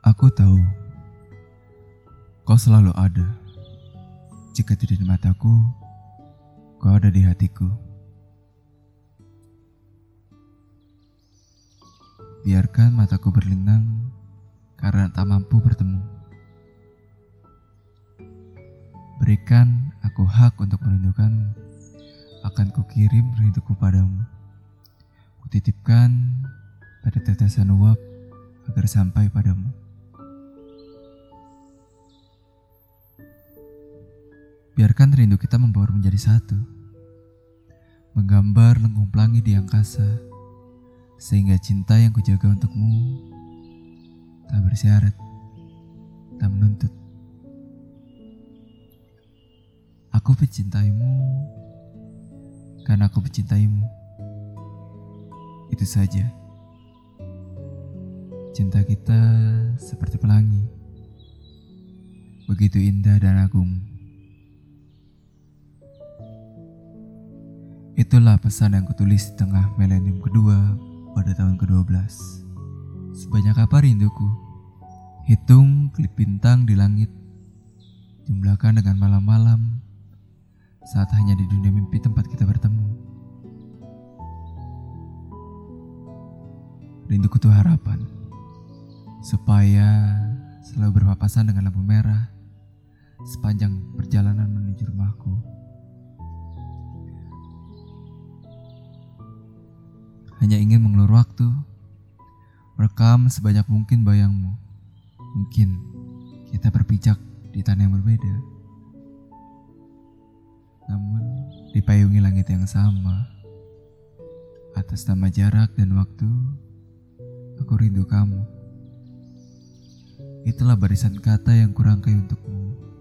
Aku tahu kau selalu ada. Jika tidak di mataku, kau ada di hatiku. Biarkan mataku berlinang karena tak mampu bertemu. Berikan aku hak untuk merindukanmu. Akan kukirim rinduku padamu. Kutitipkan pada tetesan uap agar sampai padamu. Biarkan rindu kita membaur menjadi satu, menggambar lengkung pelangi di angkasa, sehingga cinta yang kujaga untukmu tak bersyarat, tak menuntut. Aku mencintaimu karena aku mencintaimu. Itu saja. Cinta kita seperti pelangi, begitu indah dan agung. Itulah pesan yang kutulis di tengah milenium kedua pada tahun ke-12. Sebanyak apa rinduku? Hitung klip bintang di langit, jumlahkan dengan malam-malam saat hanya di dunia mimpi tempat kita bertemu. Rinduku tuh harapan, supaya selalu berpapasan dengan lampu merah sepanjang perjalanan menuju rumahku. Hanya ingin mengelur waktu, merekam sebanyak mungkin bayangmu. Mungkin kita berpijak di tanah yang berbeda, namun dipayungi langit yang sama. Atas nama jarak dan waktu, aku rindu kamu. Itulah barisan kata yang kurangkai untukmu.